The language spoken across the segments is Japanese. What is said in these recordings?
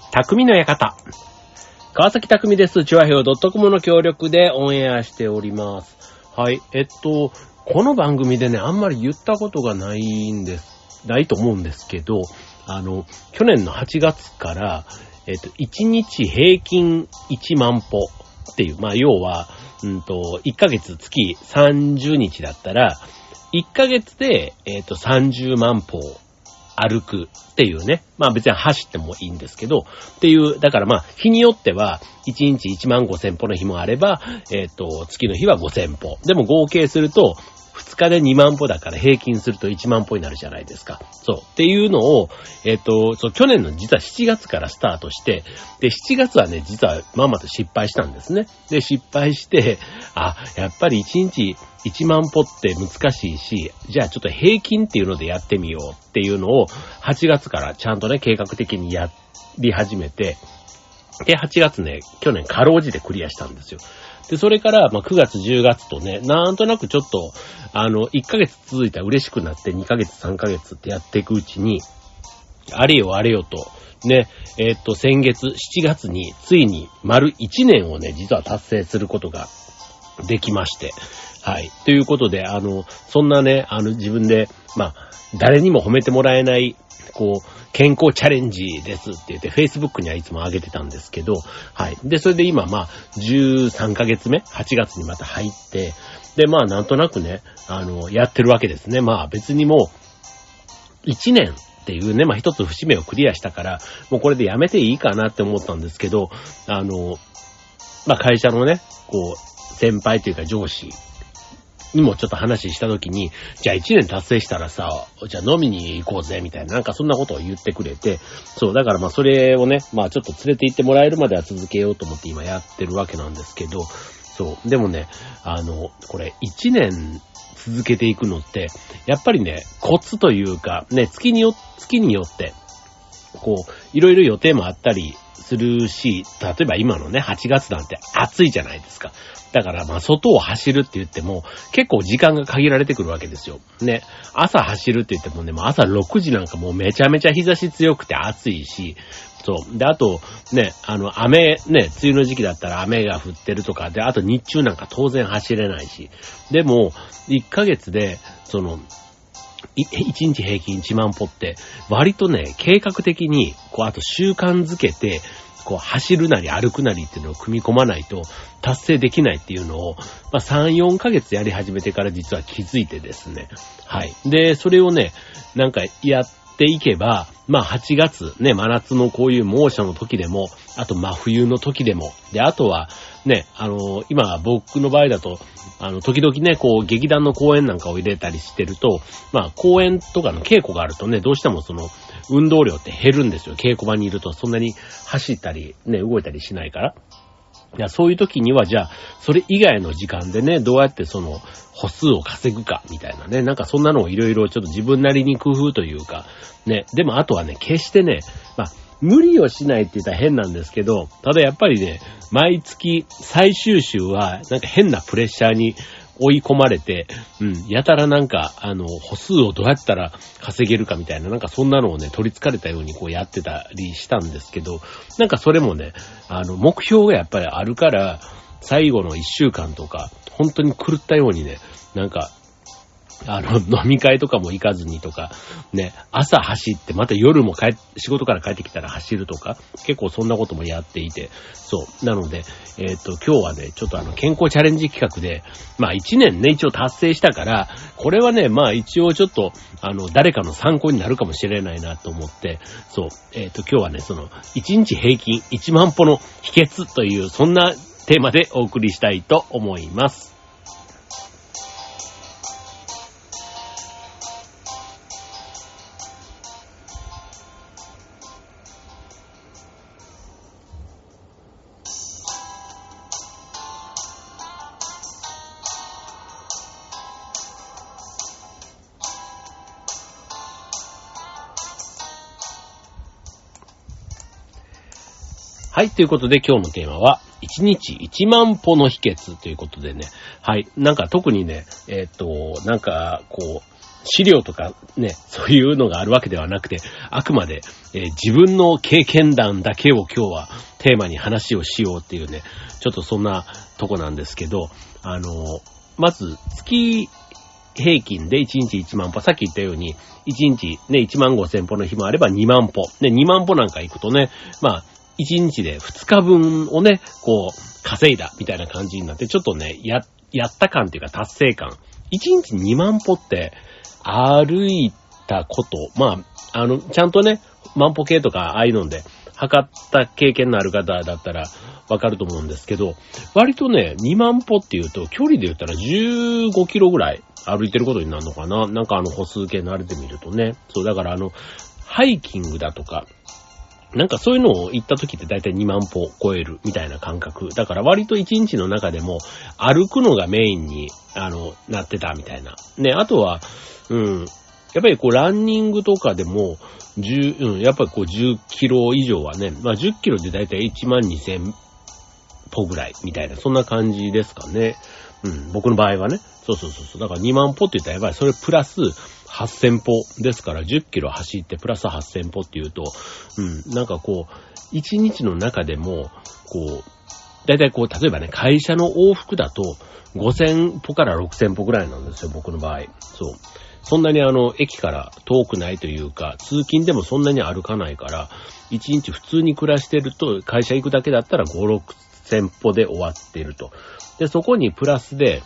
匠の館。川崎匠です。チュアヘオ.comの協力でオンエアしております。はい。この番組でね、あんまり言ったことがないと思うんですけど、去年の8月から、1日平均1万歩っていう、要は、1ヶ月月30日だったら、1ヶ月で、30万歩歩くっていうね。別に走ってもいいんですけど、っていう、だから日によっては、1日1万5千歩の日もあれば、月の日は5千歩。でも合計すると、2日で2万歩だから平均すると1万歩になるじゃないですか。そう。っていうのを、去年の実は7月からスタートして、で、7月はね、実はまんまと失敗したんですね。で、失敗して、やっぱり1日1万歩って難しいし、じゃあちょっと平均っていうのでやってみようっていうのを、8月からちゃんとね、計画的にやり始めて、で、8月ね、去年かろうじてクリアしたんですよ。で、それから、9月、10月とね、なんとなくちょっと、1ヶ月続いたら嬉しくなって、2ヶ月、3ヶ月ってやっていくうちに、あれよと、ね、先月、7月に、ついに、丸1年をね、実は達成することができまして、はい。ということで、そんなね、自分で、誰にも褒めてもらえない、健康チャレンジですって言って、Facebook にはいつも上げてたんですけど、はい。で、それで今、13ヶ月目 ?8 月にまた入って、で、なんとなくね、やってるわけですね。別にもう、1年っていうね、一つ節目をクリアしたから、もうこれでやめていいかなって思ったんですけど、会社のね、先輩というか上司にもちょっと話したときに、じゃあ1年達成したらさ、じゃあ飲みに行こうぜみたいな、なんかそんなことを言ってくれて、そう、だからそれをね、ちょっと連れて行ってもらえるまでは続けようと思って今やってるわけなんですけど、そう、でもね、これ1年続けていくのって、やっぱりね、コツというか、ね、月によって、いろいろ予定もあったりするし、例えば今のね、8月なんて暑いじゃないですか。だから外を走るって言っても結構時間が限られてくるわけですよ。ね。朝走るって言ってもね、朝6時なんかもうめちゃめちゃ日差し強くて暑いし、そう。で、あと、ね、雨、ね、梅雨の時期だったら雨が降ってるとか、で、あと日中なんか当然走れないし。でも、1ヶ月で、1日平均1万歩って、割とね、計画的に、あと習慣づけて、走るなり歩くなりっていうのを組み込まないと達成できないっていうのを、3、4ヶ月やり始めてから実は気づいてですね。はい。で、それをね、なんかやっていけば、8月、ね、真夏のこういう猛暑の時でも、あと真冬の時でも、で、あとは、ね、今僕の場合だと、時々ね、劇団の公演なんかを入れたりしてると、公演とかの稽古があるとね、どうしても運動量って減るんですよ。稽古場にいるとそんなに走ったり、ね、動いたりしないから。いや、そういう時には、じゃあ、それ以外の時間でね、どうやって歩数を稼ぐか、みたいなね、なんかそんなのをいろいろちょっと自分なりに工夫というか、ね、でもあとはね、決してね、無理をしないって言ったら変なんですけど、ただやっぱりね、毎月最終週は、なんか変なプレッシャーに追い込まれて、やたらなんか、歩数をどうやったら稼げるかみたいな、なんかそんなのをね、取り憑かれたようにやってたりしたんですけど、なんかそれもね、目標がやっぱりあるから、最後の1週間とか、本当に狂ったようにね、なんか、飲み会とかも行かずにとか、ね、朝走って、また夜も仕事から帰ってきたら走るとか、結構そんなこともやっていて、そう。なので、今日はね、ちょっと健康チャレンジ企画で、1年ね、一応達成したから、これはね、一応ちょっと、誰かの参考になるかもしれないなと思って、そう。今日はね、1日平均1万歩の秘訣という、そんなテーマでお送りしたいと思います。はい、ということで今日のテーマは、1日1万歩の秘訣ということでね。はい、なんか特にね、なんか資料とかね、そういうのがあるわけではなくて、あくまで、自分の経験談だけを今日はテーマに話をしようっていうね、ちょっとそんなとこなんですけど、まず月平均で1日1万歩、さっき言ったように、1日ね、1万5千歩の日もあれば2万歩。ね、2万歩なんか行くとね、まあ、1日で2日分をね、こう、稼いだみたいな感じになって、ちょっとね、やった感っていうか達成感。1日2万歩って、歩いたこと、まあ、ちゃんとね、万歩計とかああいうので、測った経験のある方だったらわかると思うんですけど、割とね、2万歩っていうと、距離で言ったら15キロぐらい歩いてることになるのかな。なんか歩数計慣れてみるとね。そう、だからハイキングだとか、なんかそういうのを行った時ってだいたい2万歩超えるみたいな感覚。だから割と1日の中でも歩くのがメインに、なってたみたいな。ね、あとは、やっぱりこうランニングとかでも、やっぱりこう10キロ以上はね、まあ10キロでだいたい1万2000歩ぐらいみたいな、そんな感じですかね。僕の場合はね。そう。だから2万歩って言ったらやっぱりそれプラス8000歩ですから10キロ走ってプラス8000歩っていうと、なんかこう、1日の中でも、こう、だいたいこう、例えばね、会社の往復だと5000歩から6000歩ぐらいなんですよ、僕の場合。そう。そんなに駅から遠くないというか、通勤でもそんなに歩かないから、1日普通に暮らしてると、会社行くだけだったら5、6000歩で終わってると。で、そこにプラスで、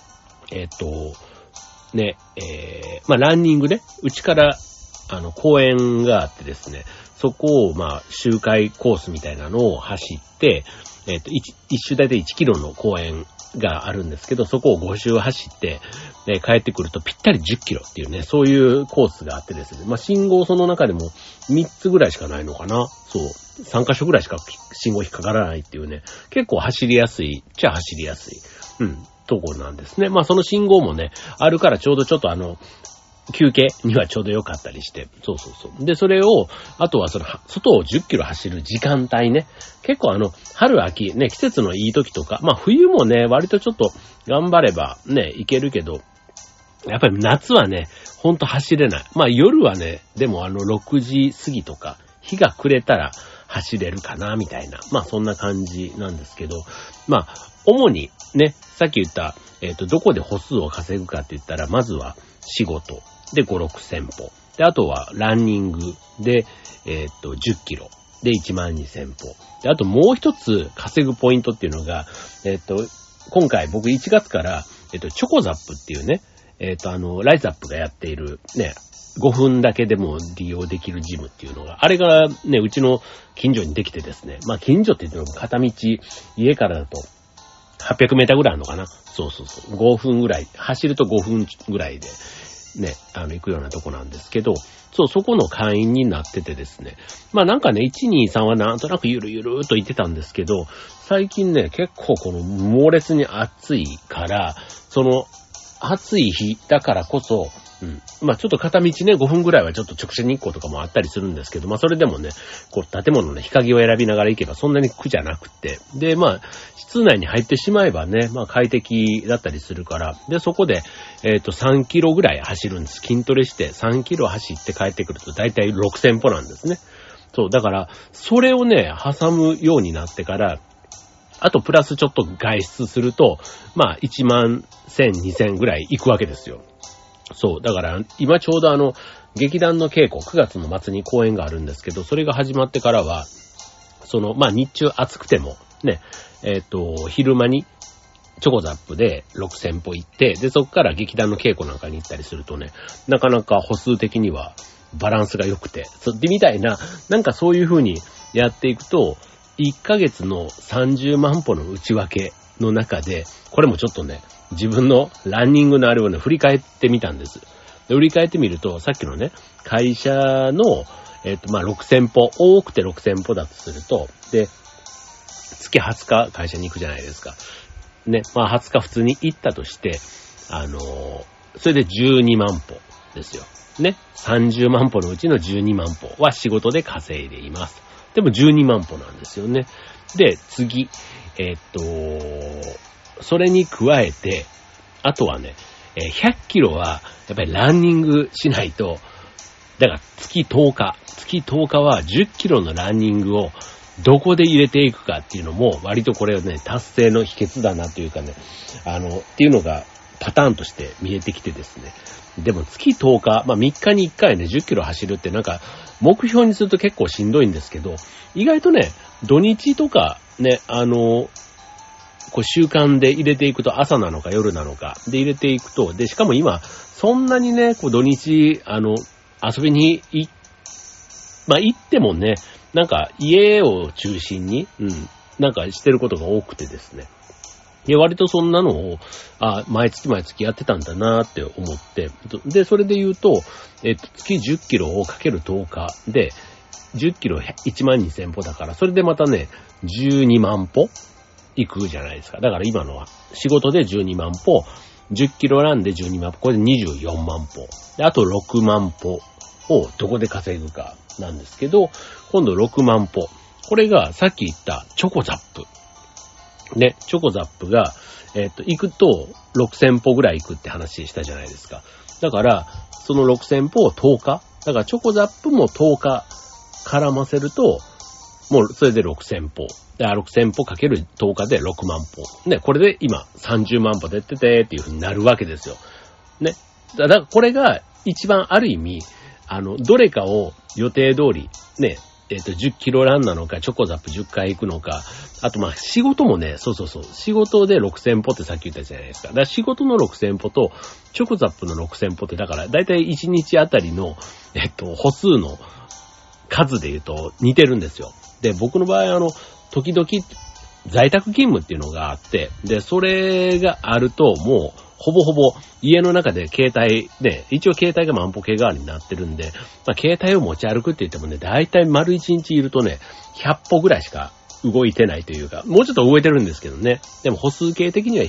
まあ、ランニングね、うちから、公園があってですね、そこを、まあ、周回コースみたいなのを走って、一周だいたい1キロの公園があるんですけど、そこを5周走って、帰ってくるとぴったり10キロっていうね、そういうコースがあってですね、まあ、信号その中でも3つぐらいしかないのかな。そう。3カ所ぐらいしか信号引っかからないっていうね、結構走りやすいっちゃ走りやすい。ところなんですね。まあその信号もね、あるからちょうどちょっと休憩にはちょうど良かったりして。そう。で、それを、あとはその、外を10キロ走る時間帯ね。結構春秋ね、季節のいい時とか、まあ冬もね、割とちょっと頑張ればね、いけるけど、やっぱり夏はね、ほんと走れない。まあ夜はね、でも6時過ぎとか、日が暮れたら走れるかな、みたいな。まあそんな感じなんですけど、まあ、主にね、さっき言った、どこで歩数を稼ぐかって言ったら、まずは仕事で5、6千歩。で、あとはランニングで、10キロで1万2000歩。で、あともう一つ稼ぐポイントっていうのが、今回僕1月から、チョコザップっていうね、ライザップがやっているね、5分だけでも利用できるジムっていうのが、あれがね、うちの近所にできてですね、まあ近所って言っても片道、家からだと、800メーターぐらいあるのかな。そう。5分ぐらい。走ると5分ぐらいで、ね、行くようなとこなんですけど、そう、そこの会員になっててですね。まあなんかね、1、2、3はなんとなくゆるゆるーっと言ってたんですけど、最近ね、結構この猛烈に暑いから、その、暑い日だからこそ、まあちょっと片道ね、5分ぐらいはちょっと直射日光とかもあったりするんですけど、まあそれでもね、こう建物の日陰を選びながら行けばそんなに苦じゃなくて、で、まあ、室内に入ってしまえばね、まあ快適だったりするから、で、そこで、3キロぐらい走るんです。筋トレして3キロ走って帰ってくると大体6000歩なんですね。そう、だから、それをね、挟むようになってから、あとプラスちょっと外出すると、まあ1万1000、2000ぐらい行くわけですよ。そう。だから、今ちょうど劇団の稽古、9月の末に公演があるんですけど、それが始まってからは、まあ日中暑くても、ね、昼間に、チョコザップで6000歩行って、で、そこから劇団の稽古なんかに行ったりするとね、なかなか歩数的にはバランスが良くて、で、みたいな、なんかそういう風にやっていくと、1ヶ月の30万歩の内訳の中で、これもちょっとね、自分のランニングのあれをね、振り返ってみたんです。で、振り返ってみると、さっきのね、会社の、まあ、6000歩、多くて6000歩だとすると、で、月20日会社に行くじゃないですか。ね、まあ、20日普通に行ったとして、それで12万歩ですよ。ね、30万歩のうちの12万歩は仕事で稼いでいます。でも12万歩なんですよね。で、次、それに加えて、あとはね、 100キロはやっぱりランニングしないと、だから月10日は10キロのランニングをどこで入れていくかっていうのも割とこれをね、達成の秘訣だなというかね、っていうのがパターンとして見えてきてですね。でも月10日、3日に1回ね、10キロ走るってなんか目標にすると結構しんどいんですけど、意外とね、土日とかね、こう習慣で入れていくと朝なのか夜なのかで入れていくと、で、しかも今、そんなにね、こう土日、遊びに行ってもね、なんか家を中心に、なんかしてることが多くてですね。で、割とそんなのを、毎月やってたんだなって思って、で、それで言うと、月10キロをかける10日で、10キロ12,000歩だから、それでまたね、12万歩行くじゃないですか。だから今のは、仕事で12万歩、10キロランで12万歩、これで24万歩。で、あと6万歩をどこで稼ぐかなんですけど、今度6万歩。これがさっき言ったチョコザップ。ね、チョコザップが、行くと6000歩ぐらい行くって話したじゃないですか。だから、その6000歩を10日。だからチョコザップも10日絡ませると、もうそれで6000歩。6000歩かける10日で6万歩。ね、これで今30万歩出ててっていう風になるわけですよ。ね。だからこれが一番ある意味、どれかを予定通り、ね、10キロランなのか、チョコザップ10回行くのか、あと仕事もね、そう。仕事で6000歩ってさっき言ったじゃないですか。だから仕事の6000歩と、チョコザップの6000歩って、だからだいたい1日あたりの、歩数の数で言うと似てるんですよ。で、僕の場合時々在宅勤務っていうのがあって、で、それがあるともう、ほぼほぼ家の中で携帯で、一応携帯が万歩計代わりになってるんで、携帯を持ち歩くって言ってもね、だいたい丸1日いるとね、100歩ぐらいしか動いてないというか、もうちょっと動いてるんですけどね。でも歩数計的には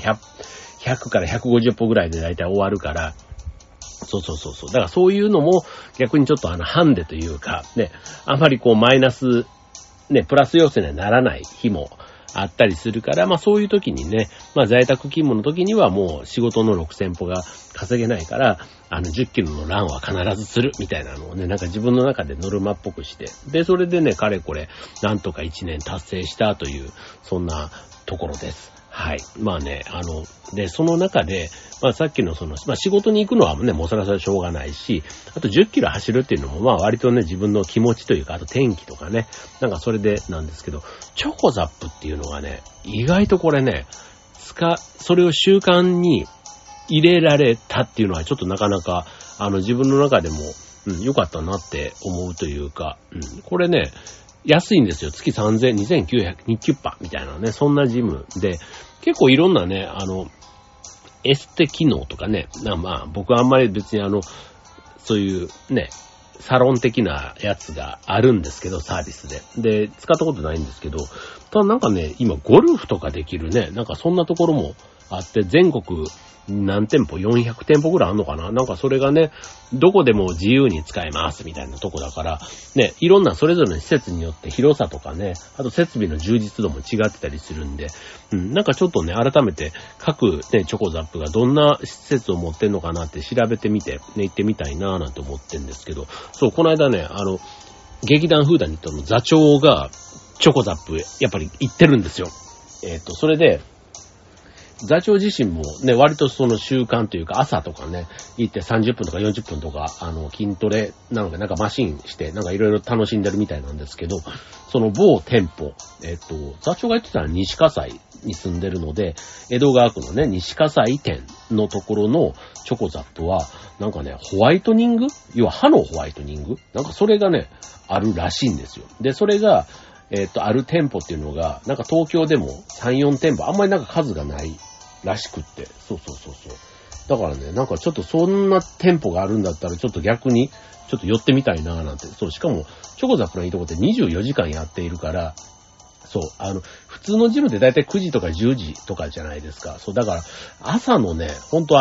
100から150歩ぐらいでだいたい終わるから、そう。だからそういうのも逆にちょっとハンデというか、ね、あんまりこうマイナス、ね、プラス要素にはならない日もあったりするから、そういう時にね、在宅勤務の時にはもう仕事の6000歩が稼げないから、10キロのランは必ずするみたいなのをね、なんか自分の中でノルマっぽくして、で、それでね、かれこれ、なんとか1年達成したという、そんなところです。はい。で、その中で、さっきの仕事に行くのはね、もうそれはしょうがないし、あと10キロ走るっていうのも、割とね、自分の気持ちというか、あと天気とかね、なんかそれでなんですけど、チョコザップっていうのがね、意外とこれね、それを習慣に入れられたっていうのはちょっとなかなか、自分の中でも、良かったなって思うというか、これね、安いんですよ。月3000、2900、日給パみたいなね、そんなジムで、結構いろんなね、エステ機能とかね、僕はあんまり別にそういうね、サロン的なやつがあるんですけど、サービスで。で、使ったことないんですけど、ただなんかね、今ゴルフとかできるね、なんかそんなところもあって、全国何店舗 ?400 店舗ぐらいあんのかな？なんかそれがね、どこでも自由に使えますみたいなとこだから、ね、いろんなそれぞれの施設によって広さとかね、あと設備の充実度も違ってたりするんで、なんかちょっとね、改めて各ね、チョコザップがどんな施設を持ってんのかなって調べてみて、ね、行ってみたいなぁなんて思ってんですけど、そう、この間ね、劇団フーダニットの座長がチョコザップやっぱり行ってるんですよ。それで、座長自身もね、割とその習慣というか朝とかね、行って30分とか40分とか、筋トレなのでなんかマシンして、なんかいろいろ楽しんでるみたいなんですけど、その某店舗、座長が言ってたのは西葛西に住んでるので、江戸川区のね、西葛西店のところのチョコザップは、なんかね、ホワイトニング？要は歯のホワイトニング？なんかそれがね、あるらしいんですよ。で、それが、ある店舗っていうのが、なんか東京でも3、4店舗、あんまりなんか数がないらしくって。そう。だからね、なんかちょっとそんな店舗があるんだったら、ちょっと逆に、ちょっと寄ってみたいなーなんて。そう、しかも、チョコザップのいいとこって24時間やっているから、そう、普通のジムってだいたい9時とか10時とかじゃないですか。そう、だから、朝のね、ほんと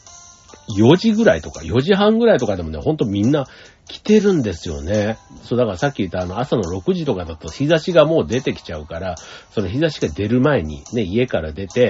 4時ぐらいとか、4時半ぐらいとかでもね、ほんとみんな来てるんですよね。そう、だからさっき言った朝の6時とかだと日差しがもう出てきちゃうから、その日差しが出る前にね、家から出て、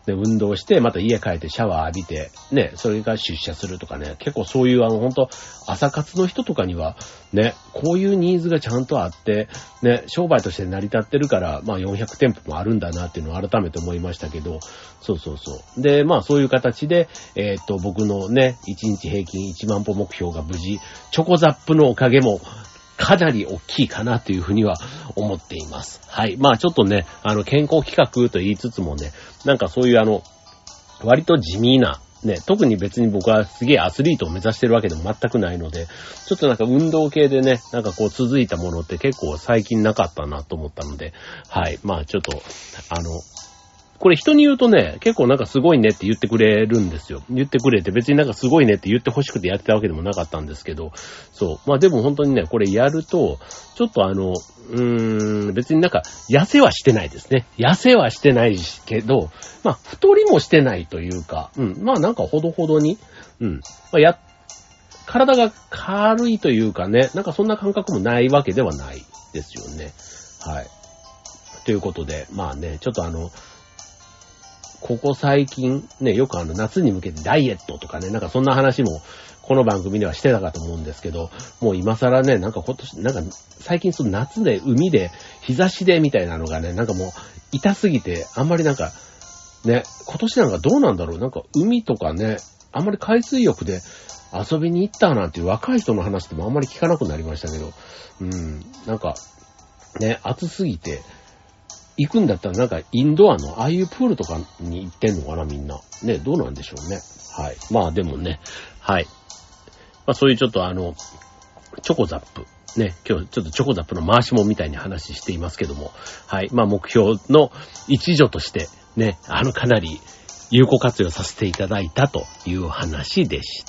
で、運動して、また家帰ってシャワー浴びて、ね、それから出社するとかね、結構そういう本当朝活の人とかには、ね、こういうニーズがちゃんとあって、ね、商売として成り立ってるから、まあ400店舗もあるんだなっていうのを改めて思いましたけど、そう。で、まあそういう形で、僕のね、1日平均1万歩目標が無事、チョコザップのおかげも、かなり大きいかなというふうには思っています。はい。まあちょっとね、健康企画と言いつつもね、なんかそういう割と地味な、ね、特に別に僕はすげえアスリートを目指してるわけでも全くないので、ちょっとなんか運動系でね、なんかこう続いたものって結構最近なかったなと思ったので、はい。まあちょっと、これ人に言うとね、結構なんかすごいねって言ってくれるんですよ。言ってくれて別になんかすごいねって言って欲しくてやってたわけでもなかったんですけど、そう。まあでも本当にね、これやると、ちょっと別になんか痩せはしてないですね。痩せはしてないけど、まあ太りもしてないというか、まあなんかほどほどに、まあ体が軽いというかね、なんかそんな感覚もないわけではないですよね。はい。ということで、まあね、ちょっとここ最近ね、よく夏に向けてダイエットとかね、なんかそんな話もこの番組ではしてたかと思うんですけど、もう今更ね、なんか最近その夏で海で日差しでみたいなのがね、なんかもう痛すぎて、あんまりなんかね、今年なんかどうなんだろう、なんか海とかね、あんまり海水浴で遊びに行ったなんていう若い人の話でもあんまり聞かなくなりましたけど、なんかね、暑すぎて、行くんだったらなんかインドアのああいうプールとかに行ってんのかなみんな。ね、どうなんでしょうね。はい。まあでもね、はい。まあそういうちょっとチョコザップ。ね、今日ちょっとチョコザップの回しもみたいに話していますけども、はい。まあ目標の一助として、ね、かなり有効活用させていただいたという話でした。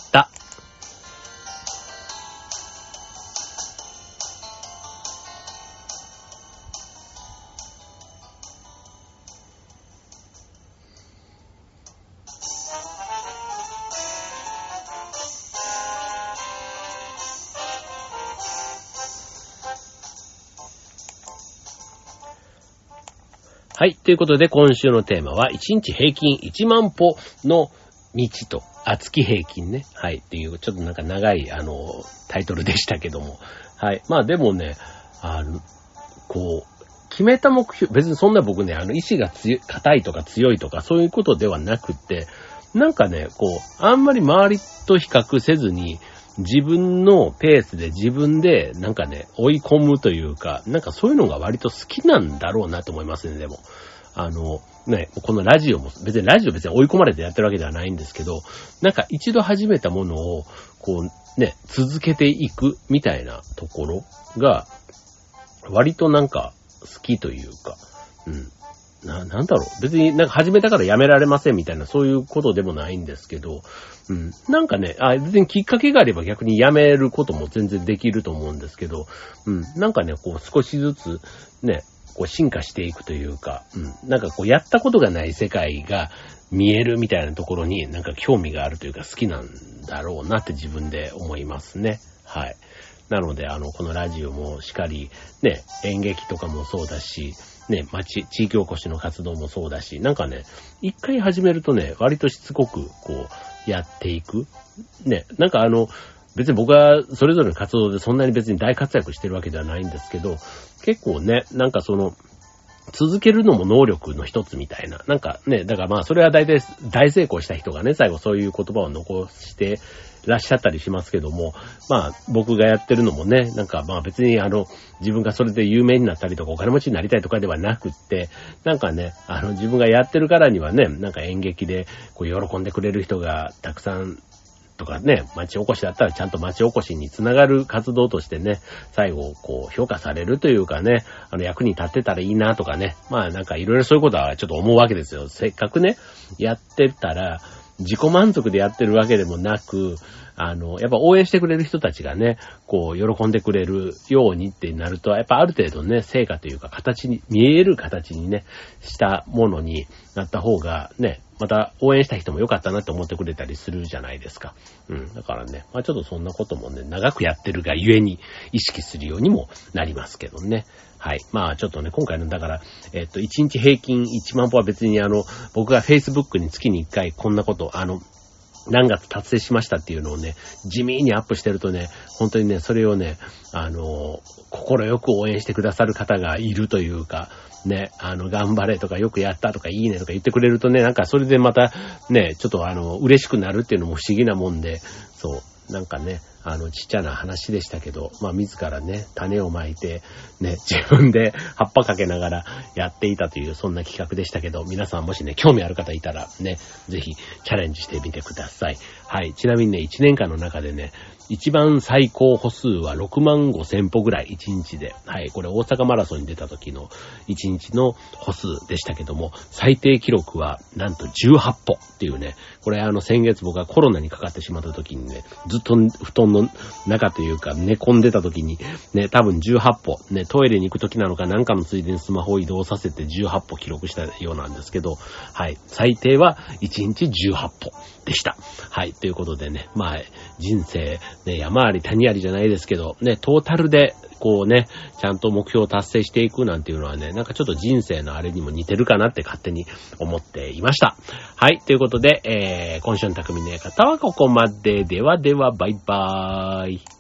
はい。ということで、今週のテーマは、1日平均1万歩の道と、月平均ね。はい。っていう、ちょっとなんか長い、タイトルでしたけども。はい。まあでもね、こう、決めた目標、別にそんな僕ね、意志が硬いとか強いとか、そういうことではなくって、なんかね、こう、あんまり周りと比較せずに、自分のペースで自分でなんかね、追い込むというか、なんかそういうのが割と好きなんだろうなと思いますね、でも。ね、このラジオも、別に追い込まれてやってるわけではないんですけど、なんか一度始めたものを、こうね、続けていくみたいなところが、割となんか好きというか、なんだろう。別になんか始めたからやめられませんみたいなそういうことでもないんですけど、なんかね、別にきっかけがあれば逆にやめることも全然できると思うんですけど、なんかね、こう少しずつね、こう進化していくというか、なんかこうやったことがない世界が見えるみたいなところになんか興味があるというか好きなんだろうなって自分で思いますね。はい。なので、このラジオもしっかり、ね、演劇とかもそうだし、ね、地域おこしの活動もそうだし、なんかね、一回始めるとね、割としつこく、こう、やっていく。ね、なんか別に僕はそれぞれの活動でそんなに別に大活躍してるわけではないんですけど、結構ね、なんか続けるのも能力の一つみたいな。なんかね、だからまあそれは大体大成功した人がね、最後そういう言葉を残してらっしゃったりしますけども、まあ僕がやってるのもね、なんかまあ別に自分がそれで有名になったりとかお金持ちになりたいとかではなくって、なんかね、自分がやってるからにはね、なんか演劇でこう喜んでくれる人がたくさんとかね、町おこしだったらちゃんと町おこしにつながる活動としてね、最後こう評価されるというかね、役に立ってたらいいなとかね、まあなんかいろいろそういうことはちょっと思うわけですよ。せっかくね、やってたら自己満足でやってるわけでもなく、やっぱ応援してくれる人たちがね、こう喜んでくれるようにってなると、やっぱある程度ね、成果というか見える形にね、したものになった方がね、 また応援した人も良かったなって思ってくれたりするじゃないですか。だからね、まあちょっとそんなこともね、長くやってるがゆえに意識するようにもなりますけどね。はい。まあちょっとね、今回のだから、1日平均1万歩は別に僕が Facebook に月に1回こんなこと、何月達成しましたっていうのをね、地味にアップしてるとね、本当にね、それをね、心よく応援してくださる方がいるというか、ね、頑張れとかよくやったとかいいねとか言ってくれるとね、なんかそれでまたね、ちょっと嬉しくなるっていうのも不思議なもんで、そう、なんかね、ちっちゃな話でしたけど、まあ自らね、種をまいて、ね、自分で葉っぱかけながらやっていたという、そんな企画でしたけど、皆さんもしね、興味ある方いたらね、ぜひチャレンジしてみてください。はい。ちなみにね、1年間の中でね、一番最高歩数は65,000歩ぐらい1日で。はい。これ大阪マラソンに出た時の1日の歩数でしたけども、最低記録はなんと18歩っていうね。これ先月僕がコロナにかかってしまった時にね、ずっと布団の中というか寝込んでた時にね、多分18歩。ね、トイレに行く時なのかなんかのついでにスマホを移動させて18歩記録したようなんですけど、はい。最低は1日18歩でした。はい。ということでね、まあ、人生、ね、山あり谷ありじゃないですけど、ね、トータルで、こうね、ちゃんと目標を達成していくなんていうのはね、なんかちょっと人生のあれにも似てるかなって勝手に思っていました。はい。ということで、今週の匠の館はここまで。ではでは、バイバーイ。